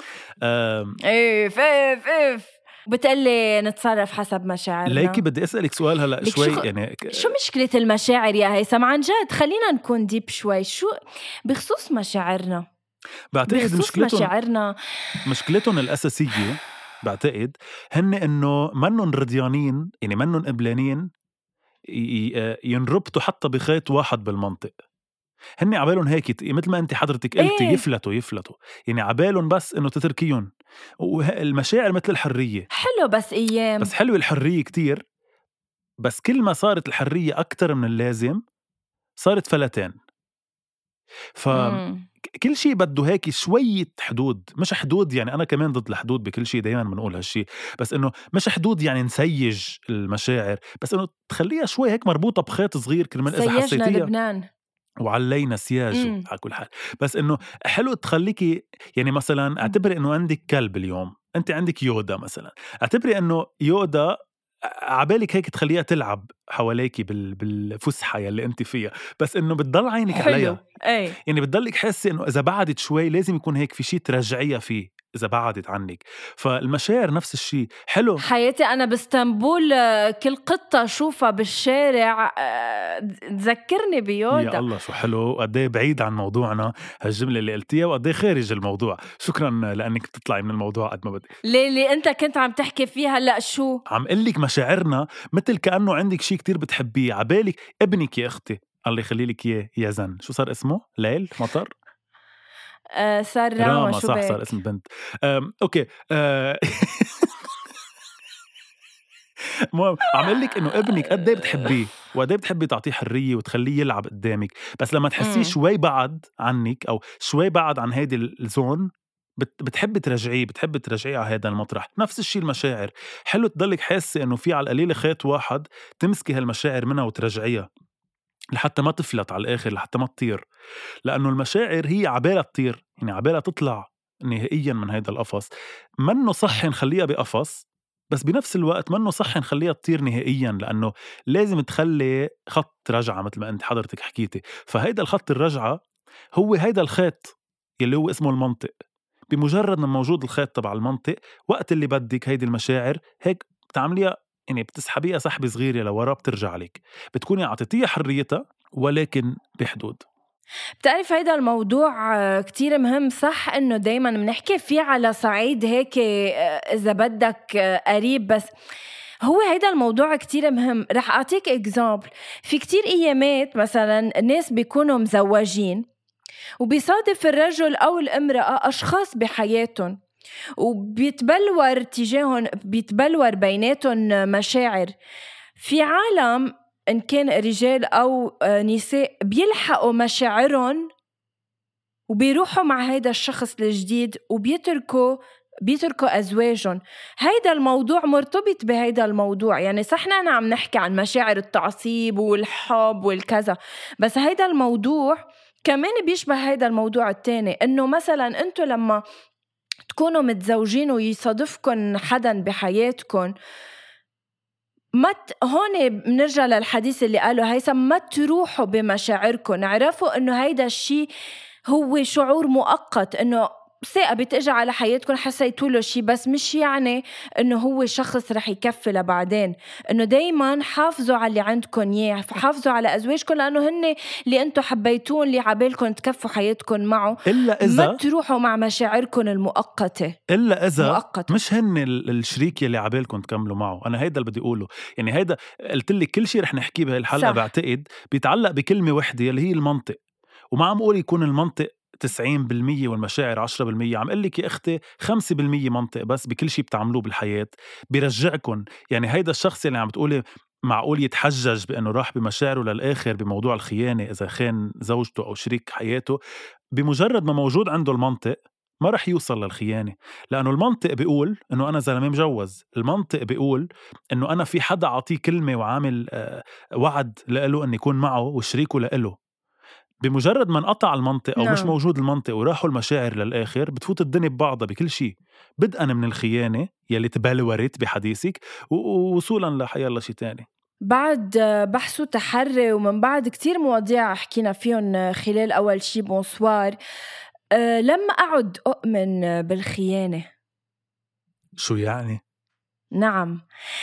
إف إف إف بتقلي نتصرف حسب مشاعرنا. ليكي بدي أسألك سؤال هلأ شوي شو يعني شو مشكلة المشاعر يا هيثم عن جد؟ خلينا نكون ديب شوي. شو بخصوص مشاعرنا؟ بعتقد مشكلتهم مشاعرنا مشكلتهم الأساسية بعتقد هن إنه منن رضيانين، يعني منن قبلانين ينربطوا حتى بخيط واحد بالمنطق. هن عبالهم هيك مثل ما انت حضرتك قلتي إيه؟ يفلتوا يفلتوا يعني عبالهم بس انه تتركيهم. والمشاعر مثل الحرية حلو بس ايام بس حلوة الحرية كتير، بس كل ما صارت الحرية أكتر من اللازم صارت فلتان. فكل شيء بده هيك شوية حدود، مش حدود يعني أنا كمان ضد الحدود بكل شيء دايما بنقول هالشي، بس إنه مش حدود يعني نسيج المشاعر، بس إنه تخليها شوي هيك مربوطة بخيط صغير كرمال إذا حسيتيها لبنان وعلينا سياجه على كل حال. بس إنه حلو تخليكي يعني مثلا اعتبري إنه عندك كلب اليوم، أنت عندك يودا مثلا، اعتبري إنه يودا عبالك هيك تخليها تلعب حواليكي بالفسحة يلي أنت فيها، بس إنه بتضل عينك حلو. عليها أي. يعني بتضلك حاسة إنه إذا بعدت شوي لازم يكون هيك في شيء ترجعيها فيه إذا بعدت عنك. فالمشاعر نفس الشيء. حلو حياتي أنا باسطنبول كل قطة شوفها بالشارع تذكرني بيودا. يا الله شو حلو، قديه بعيد عن موضوعنا هالجملة اللي قلتيها وقديه خارج الموضوع. شكرا لأنك تطلعي من الموضوع قد ما بدي. ليه ليه أنت كنت عم تحكي فيها؟ لا شو عم قلك مشاعرنا مثل كأنه عندك شيء كتير بتحبيه عبالك ابنك يا أختي الله يخلي لك إياه يزن، شو صار اسمه؟ ليل مطر آه صار راما, راما شو صح بيك؟ صار اسم البنت. أوكي أه المهم عم قل لك انه ابنك قد ايه بتحبيه وقد ايه بتحبي تعطيه حريه وتخليه يلعب قدامك، بس لما تحسيه شوي بعد عنك او شوي بعد عن هيدي الزون بت بتحب ترجعيه بتحب ترجعيه على هذا المطرح. نفس الشيء المشاعر، حلو تضلك حاسة إنه في على القليل خيط واحد تمسكي هالمشاعر منها وترجعيها لحتى ما تفلت على الآخر، لحتى ما تطير، لأنه المشاعر هي عبالة تطير، يعني عبالة تطلع نهائيا من هيدا القفص. منه صح نخليها بقفص، بس بنفس الوقت منه صح نخليها تطير نهائيا، لأنه لازم تخلي خط رجعة مثل ما أنت حضرتك حكيتي. فهيدا الخط الرجعة هو هيدا الخيط يلي هو اسمه المنطق. بمجرد ما موجود الخيط تبع المنطق، وقت اللي بدك هيدي المشاعر هيك بتعمليها، يعني بتسحبيها سحب صغيرة لورا، بترجع عليك، بتكوني عطيتيها حريتها ولكن بحدود. بتعرف هيدا الموضوع آه، كتير مهم. صح انه دايما بنحكي فيه على صعيد هيك آه، اذا بدك آه، قريب، بس هو هيدا الموضوع كتير مهم. رح اعطيك اكزامبل. في كتير ايامات مثلا الناس بيكونوا مزوجين وبيصادف الرجل او الامرأة اشخاص بحياتهم وبيتبلور تجاههم، بيتبلور بيناتهم مشاعر. في عالم إن كان رجال أو نساء بيلحقوا مشاعرهم وبيروحوا مع هيدا الشخص الجديد وبيتركوا بيتركوا أزواجهم. هيدا الموضوع مرتبط بهيدا الموضوع. يعني صح نحن عم نحكي عن مشاعر التعصيب والحب والكذا، بس هيدا الموضوع كمان بيشبه هيدا الموضوع التاني. إنه مثلا أنتوا لما تكونوا متزوجين ويصادفكن حدا بحياتكن، ما ت... هون بنرجع للحديث اللي قاله هيثم، ما تروحوا بمشاعركن. عرفوا انه هيدا الشيء هو شعور مؤقت، انه ثقة بتجي على حياتكم حسيتوا له شيء، بس مش يعني انه هو شخص رح يكفي لبعدين. انه دايما حافظوا على اللي عندكم اياه، حافظوا على ازواجكم لانه هن اللي انتم حبيتون، اللي عبالكم تكفوا حياتكم معه. إلا إذا ما تروحوا مع مشاعركم المؤقتة، إلا إذا مؤقتة. مش هن الشريك يلي عبالكم تكملوا معه. أنا هيدا اللي بدي أقوله. يعني هيدا قلت لك كل شيء رح نحكيه بهالحلقة بعتقد بيتعلق بكلمة وحدة اللي هي المنطق. وما عم أقول يكون المنطق تسعين بالمية والمشاعر عشرة بالمية. عم قلك يا أختي خمسة بالمية منطق بس بكل شيء بتعملوه بالحياة بيرجعكم. يعني هيدا الشخص اللي عم بتقولي معقول يتحجج بأنه راح بمشاعره للآخر بموضوع الخيانة إذا خان زوجته أو شريك حياته، بمجرد ما موجود عنده المنطق ما رح يوصل للخيانة. لأنه المنطق بيقول أنه أنا زلمة مجوز، المنطق بيقول أنه أنا في حدا عطيه كلمة وعامل وعد لإله أن يكون معه وشريكه لإله. بمجرد ما انقطع المنطق أو نعم. مش موجود المنطق وراحوا المشاعر للآخر، بتفوت الدنيا ببعضها بكل شيء، بدءا من الخيانة يلي تبلورت بحديثك ووصولا لحيالله شيء تاني. بعد بحث وتحري ومن بعد كتير مواضيع حكينا فيهم خلال أول شي بونسوار، أه لما أعد أؤمن بالخيانة. شو يعني؟ نعم،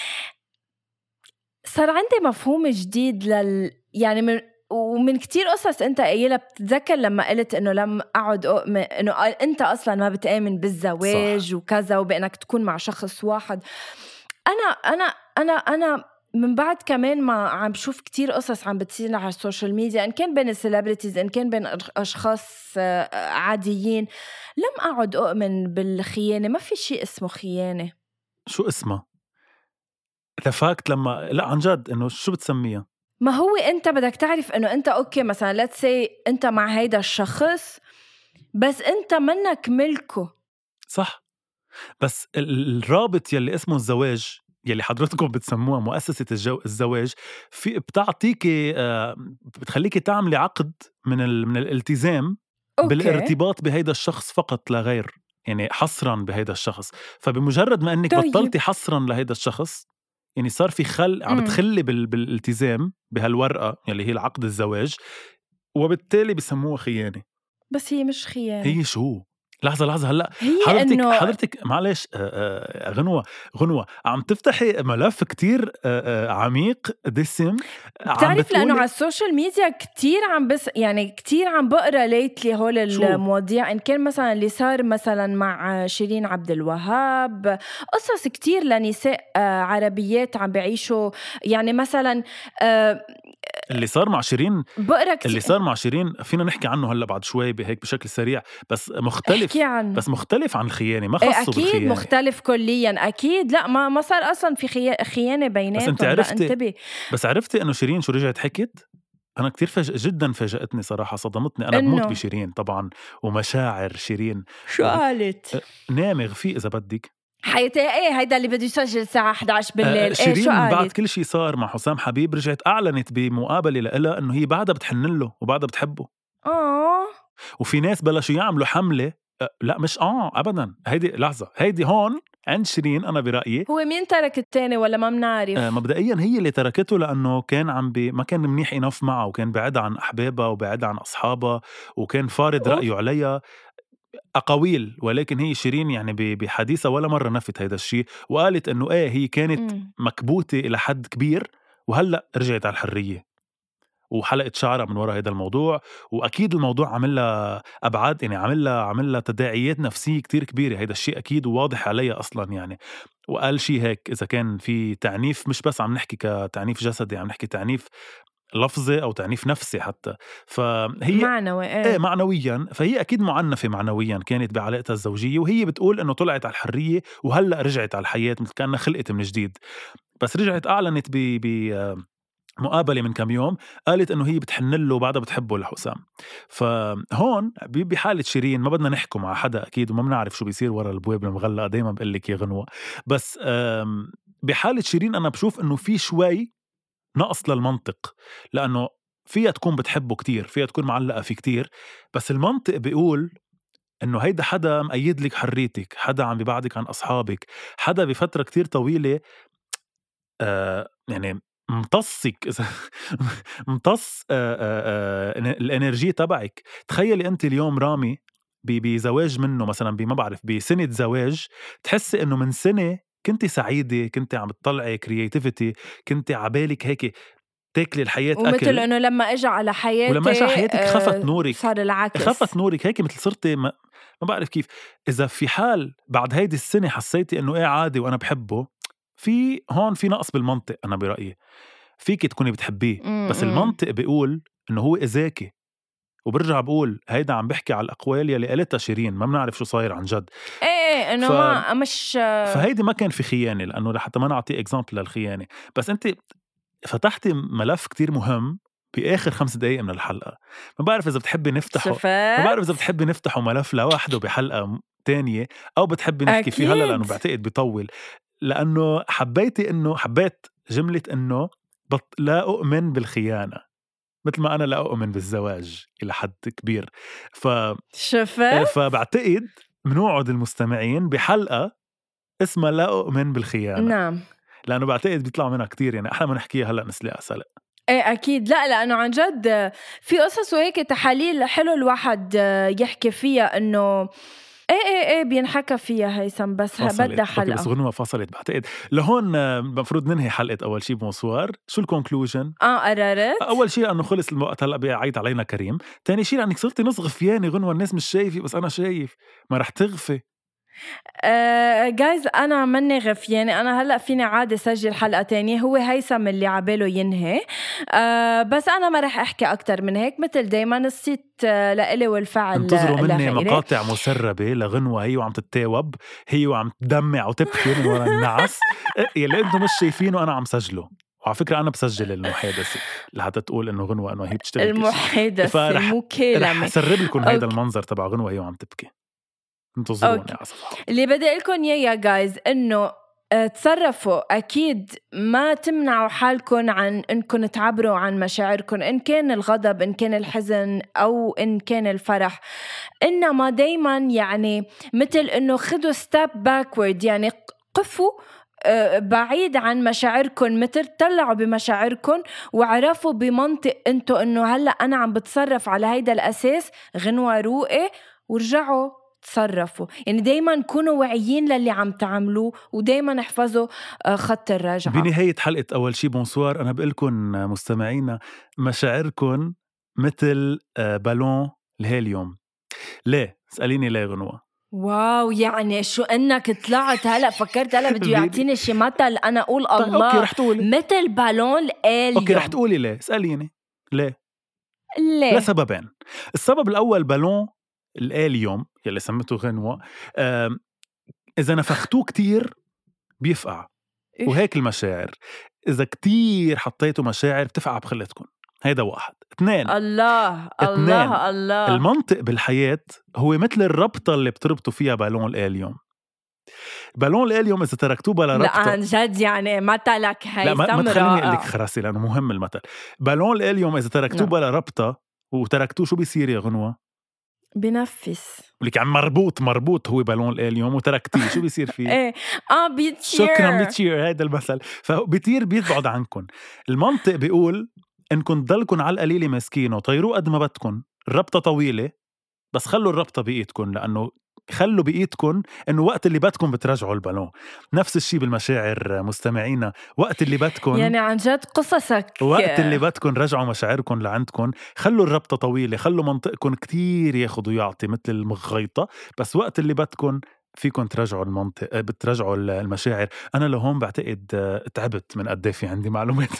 صار عندي مفهوم جديد لل يعني من ومن كتير قصص انت قايلها. بتتذكر لما قلت انه لما اقعد اؤمن انه انت اصلا ما بتآمن بالزواج صح. وكذا وبانك تكون مع شخص واحد. انا انا انا انا من بعد كمان ما عم بشوف كتير قصص عم بتصير على السوشيال ميديا، ان كان بين السيلبرتيز ان كان بين اشخاص عاديين، لم اقعد اؤمن بالخيانة. ما في شيء اسمه خيانة. شو اسمه؟ تفاكت لما لا عن جد انه شو بتسميها؟ ما هو انت بدك تعرف انه انت اوكي مثلا let's say انت مع هيدا الشخص بس انت منك ملكه. صح، بس الرابط يلي اسمه الزواج يلي حضرتكم بتسموها مؤسسة الجو الزواج، في بتعطيكي آه بتخليكي تعملي عقد من ال من الالتزام أوكي. بالارتباط بهيدا الشخص فقط لا غير، يعني حصرا بهيدا الشخص. فبمجرد ما انك طيب. بطلتي حصرا لهيدا الشخص، يعني صار في خل عم بتخلي بال... بالالتزام بهالورقة يلي هي العقد الزواج، وبالتالي بيسموها خيانة. بس هي مش خيانة. هي شو؟ لحظة لحظة هلا حضرتك إنه... حضرتك معلش غنوة غنوة عم تفتحي ملف كتير عميق دسم. بتعرف بتقولي... لأنه على السوشيال ميديا كتير عم بس يعني كتير عم بقرأ ليتلي هول المواضيع. إن كان مثلا اللي صار مثلا مع شيرين عبد الوهاب، قصص كتير لنساء عربيات عم بعيشوا يعني مثلا اللي صار مع شيرين بقرأ كتير. اللي صار مع شيرين فينا نحكي عنه هلا بعد شوي بهيك بشكل سريع، بس مختلف بس مختلف عن الخيانة، ما خصه أكيد بالخيانة. مختلف كليا أكيد. لا ما ما صار أصلا في خيانة بيناتهم. بس انت عرفتي بس عرفتي انه شيرين شو رجعت حكت أنا كتير فاج... جدا فاجأتني صراحة، صدمتني. أنا إنه- بموت بشيرين طبعا ومشاعر شيرين. شو قالت؟ نامغ فيه إذا بدك. حياتي ايه هيدا اللي بده يسجل الساعة إحدى عشر بالليل. آه ايه شيرين شو من بعد قالت؟ كل شيء صار مع حسام حبيب رجعت أعلنت بمقابلة لها إنه هي بعدها بتحن له وبعدها بتحبه. اه وفي ناس بلشوا يعملوا حملة. آه لا مش آه أبدا، هيدي لحظة، هيدي هون عند شيرين أنا برأيي. هو مين ترك التاني ولا ما منعرف؟ آه مبدئيا هي اللي تركته لأنه كان عم بي ما كان منيح إناف معه، وكان بعد عن أحبابها وبعد عن أصحابها وكان فارض أوف. رأيه عليها. أقاويل، ولكن هي شيرين يعني بحديثة ولا مرة نفت هيدا الشيء، وقالت إنه إيه هي كانت مم. مكبوتة إلى حد كبير وهلأ رجعت على الحرية وحلقت شعرها من وراء هيدا الموضوع. وأكيد الموضوع عمل لها أبعاد، يعني عمل لها عمل لها تداعيات نفسية كتير كبيرة، هيدا الشيء أكيد وواضح عليها أصلا يعني. وقال شيء هيك، إذا كان في تعنيف مش بس عم نحكي كتعنيف جسدي، عم نحكي تعنيف لفظي أو تعنيف نفسي حتى. فهي معنوي ايه, ايه معنويا، فهي اكيد معنفه معنويا كانت بعلاقتها الزوجيه، وهي بتقول انه طلعت على الحريه وهلا رجعت على الحياه مثل كانها خلقت من جديد. بس رجعت اعلنت ب مقابله من كم يوم، قالت انه هي بتحن له وبعدها بتحبه لحسام. فهون بحاله شيرين ما بدنا نحكي مع حدا اكيد، وما بنعرف شو بيصير ورا البواب المغلقه، دايما بقول لك يا غنوه. بس بحاله شيرين انا بشوف انه في شوي نقص للمنطق، لانه فيها تكون بتحبه كتير، فيها تكون معلقة فيه كتير، بس المنطق بيقول إنه هيدا حدا مقيد لك حريتك، حدا عم بيبعدك عن أصحابك، حدا بفترة كتير طويلة آه يعني متصك إذا متص آه آه آه الانرجي تبعك. تخيلي أنت اليوم رامي بزواج منه مثلا، بما بعرف بسنة زواج، تحسي إنه من سنة كنتي سعيدة، كنتي عم بتطلعي كرياتيفيتي، كنتي عبالك هيك تاكلي الحياة أكل، ومثل انه لما اجى على حياتي ولما اجى حياتك خفت آه نورك، صار العكس، خفت نورك هيك مثل صرتي ما, ما بعرف كيف. إذا في حال بعد هيدي السنة حسيتي إنه إيه عادي وأنا بحبه، في هون في نقص بالمنطق. أنا برأيي فيك تكوني بتحبيه، بس المنطق بيقول إنه هو إذاكي. وبرجع بقول هيدا عم بحكي على الأقوال يلي قالتها شيرين، ما بنعرف شو صاير عن جد. ايه انه ف... ما مش فهيدي ما كان في خيانة، لأنه لحتى ما نعطي إكزامبل للخيانة. بس أنت فتحتي ملف كتير مهم بآخر خمس دقايق من الحلقة. ما بعرف إذا بتحبي نفتحه شفت؟ ما بعرف إذا بتحبي نفتحه ملف لوحده بحلقة تانية، أو بتحبي نحكي فيه هلا لأنه بعتقد بيطول. لأنه حبيتي إنه حبيت جملة إنه بط... لا أؤمن بالخيانة، مثل ما أنا لا أؤمن بالزواج إلى حد كبير. ف... شفت؟ فبعتقد منوعد المستمعين بحلقة اسمها لا أؤمن بالخيانة. نعم، لأنه بعتقد بيطلع منها كتير، يعني إحنا ما نحكيها هلأ نسلقها سلق. ايه اكيد. لا لانه عن جد في قصص وهيك تحاليل حلو الواحد يحكي فيها، انه ايه ايه ايه بينحكى فيها هيثم، بس بدها حلقة. بس غنوة فصلت بعتقد. لهون المفروض ننهي حلقة أول شيء بمصوار. شو الكونكلوجن؟ اه قررت أول شيء أنه خلص الوقت، هلأ بيعيد علينا كريم. تاني شيء لأنك صرتي نصغف فياني غنوة، الناس مش شايفي بس أنا شايف، ما رح تغفي. جايز uh, أنا مني غف، يعني أنا هلأ فيني عادي سجل حلقة تانية، هو هيثم اللي عباله ينهي. uh, بس أنا ما رح أحكي أكتر من هيك، مثل دايما الصيت uh, لإلي والفعل. انتظروا مني لغيري. مقاطع مسربة لغنوة هي وعم تتاوب، هي وعم تدمع وتبكي من وراء النعس يلي أنتم مش شايفينه أنا عم سجله. وعلى فكرة أنا بسجل المحادثة لحتى تقول إنه غنوة إنه هي بتشتغل المحادثة مو كلمة. رح سرب لكم هيدا المنظر تبع غنوة هي وعم تبكي. انتظروني على صفحة. اللي بدي لكم إياه يا جايز إنه تصرفوا، أكيد ما تمنعوا حالكم عن إنكم تعبروا عن مشاعركم، إن كان الغضب، إن كان الحزن، أو إن كان الفرح. إنما دايما يعني مثل إنه خدوا step backward، يعني قفوا بعيد عن مشاعركم، مثل طلعوا بمشاعركم وعرفوا بمنطق انتو انه هلأ انا عم بتصرف على هيدا الاساس. غنوة روقي ورجعوا تصرفوا. يعني دايما كونوا واعيين للي عم تعملوه، ودايما احفظوا خط الرجعة. بنهاية حلقة أول شي بونسوار أنا بقلكن مستمعينا، مشاعركن مثل بالون الهيليوم. ليه؟ اسأليني ليه غنوة؟ واو، يعني شو انك طلعت هلا فكرت هلا بده يعطيني شي مثل انا اقول الله. اوكي رح تقولي مثل بالون الهيليوم. اوكي رح تقولي ليه؟ اسأليني ليه؟ ليه؟ لسببين. السبب الأول بالون الهيليوم يلي سمته غنوة، إذا نفختوه كتير بيفقع. وهيك المشاعر إذا كتير حطيتوا مشاعر بتفقع بخلتكم. هيدا واحد. اثنين الله اثنين. الله الله المنطق بالحياة هو مثل الربطة اللي بتربطوا فيها بالون الهيليوم. بالون الهيليوم إذا تركتوه بلا لا ربطة، عن جد يعني مثلك لا ما, ما هيثم تخليني أقول لك رائع. خراسي لأنه مهم المثل. بالون الهيليوم إذا تركتوه نعم. بلا ربطة وتركتوه شو بيصير يا غنوة؟ بنفس لك عم مربوط مربوط هو بالون الهيليوم وتركتيه شو بيصير فيه؟ ايه اه بيطير. شكرا بيطير. هذا المثل. فبيطير بيتبعد عنكم. المنطق بيقول انكم تضلكم على القليله ماسكينه طيروه قد ما بدكم، الربطه طويله بس خلوا الربطه بايدكم، لانه خلوا بايدكم انه وقت اللي بدكم بترجعوا البالون. نفس الشيء بالمشاعر مستمعينا، وقت اللي بدكم يعني عن جد قصصك وقت اللي بدكم رجعوا مشاعركم لعندكم، خلوا الربطه طويله، خلوا منطقكم كتير ياخد ويعطي مثل المغيطه، بس وقت اللي بدكم فيكم ترجعوا المنطق، بترجعوا المشاعر. انا لهون بعتقد تعبت من قد في عندي معلومات.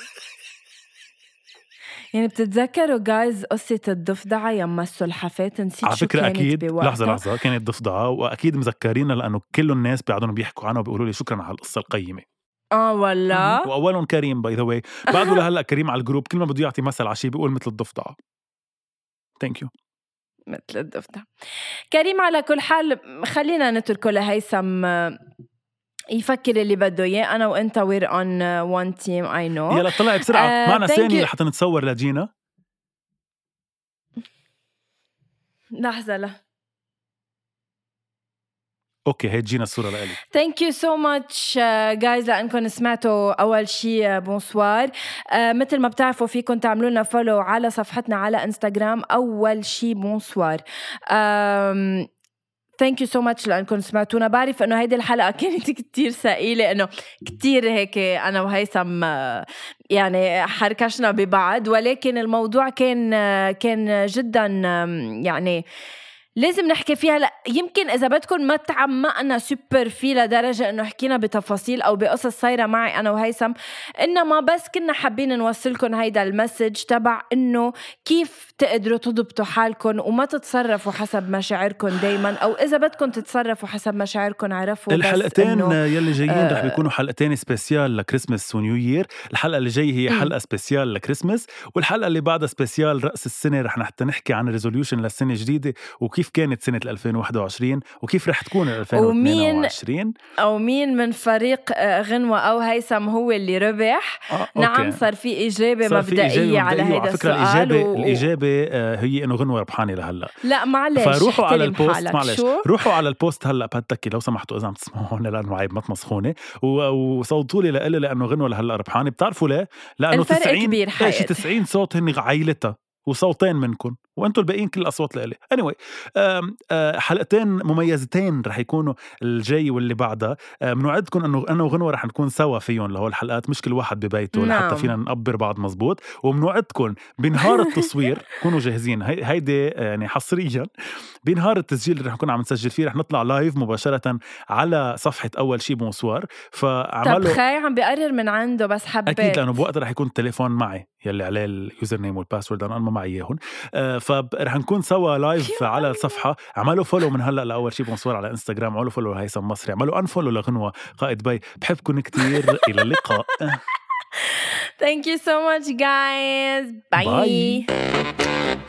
يعني بتتذكروا جايز قصة الضفدعة يما السلحفاة؟ نسيت على شو فكرة كانت أكيد بوقتها. لحظة لحظة كانت ضفدعة، وأكيد مذكرين لأنه كل الناس بيقعدون بيحكوا عنها وبيقولوا لي شكرا على القصة القيمة. اه والله. وأولهم كريم باي ذا واي، بعده لهلا كريم على الجروب كل ما بده يعطي مثل على شيء بيقول مثل الضفدعة. ثانك يو. مثل الضفدع. كريم على كل حال خلينا نتركه لهيثم يفكر اللي بده اياه. انا وانت we're on one team I know. يلا طلعي بسرعة uh, معنا ثانية you. لحتى نتصور لجينا. لحظة لا اوكي هي جينا الصورة لإلي. Thank you so much uh, guys لأنكم سمعتوا أول شي بونسوار. uh, مثل ما بتعرفوا فيكم تعملوا لنا فولو على صفحتنا على انستغرام أول شي بونسوار. um, Thank you so much لأنكم سمعتونا. بعرف إنه هيدي الحلقة كانت كتير ثقيلة، إنه كتير هيك أنا وهيثم يعني حركشنا ببعض، ولكن الموضوع كان كان جدا يعني لازم نحكي فيها. لا يمكن إذا بدكم ما تعمقنا سوبر فيه لدرجة إنه حكينا بتفاصيل أو بقصص صايرة معي أنا وهيثم، إنما بس كنا حابين نوصلكم هيدا المسج تبع إنه كيف تقدروا تضبطوا حالكم وما تتصرفوا حسب مشاعركم دايما، أو إذا بدكم تتصرفوا حسب مشاعركم عرفوا. الحلقتين يلي جايين آه رح بيكونوا حلقتين سبيسيال لكريسمس ونيو يير. الحلقة اللي جاي هي حلقة سبيسيال لكريسمس، والحلقة اللي بعدها سبيسيال رأس السنة. رح نحن نحكي عن ريزوليوشن للسنة الجديدة وكيف كانت سنة ألفين وواحد وعشرين وكيف رح تكون ألفين واثنين وعشرين، أو مين من فريق غنوة أو هيثم هو اللي ربح. آه، نعم صار في إجابة مبدئية على هذا السؤال. الإجابة, و... الإجابة هي إنه غنوة ربحاني لهلا. لا معلش فروحوا على البوست، معلش شو؟ روحوا على البوست هلا بهالتكي لو سمحتوا إذا عم تسمعونا لأنه عيب ما تمسخوني، وصوتوا لي لإلي لأنه غنوة لهلا ربحاني. بتعرفوا ليه؟ لأنه تسعين إيش تسعين صوت هن عائلتها وصوتين منكم وانتم الباقيين كل الاصوات لإلي. anyway حلقتين مميزتين رح يكونوا الجاي واللي بعدها. بنوعدكم انه انا وغنوة رح نكون سوا فيهم لهول الحلقات، مش كل واحد ببيته نعم. لحتى فينا نقبر بعض مزبوط. وبنوعدكم بنهار التصوير كونوا جاهزين. هي هيدي يعني حصريا بنهار التسجيل اللي رح نكون عم نسجل فيه رح نطلع لايف مباشرة على صفحة أول شي بونسوار. فعملوا طب خاي عم بقرر من عنده بس حبيت أكيد لأنه بوقت رح يكون التليفون معي يلي عليه اليوزر نيم والباسورد أنا ما معي إياهم. آه فرح نكون سوا لايف على الصفحة. عملوا فولو من هلأ لأول شي بونسوار على انستغرام، عملوا فولو لهيثم مصري، عملوا أنفولو لغنوة قائد بي. بحبكم كتير. إلى اللقاء. Thank you so much guys. Bye, Bye.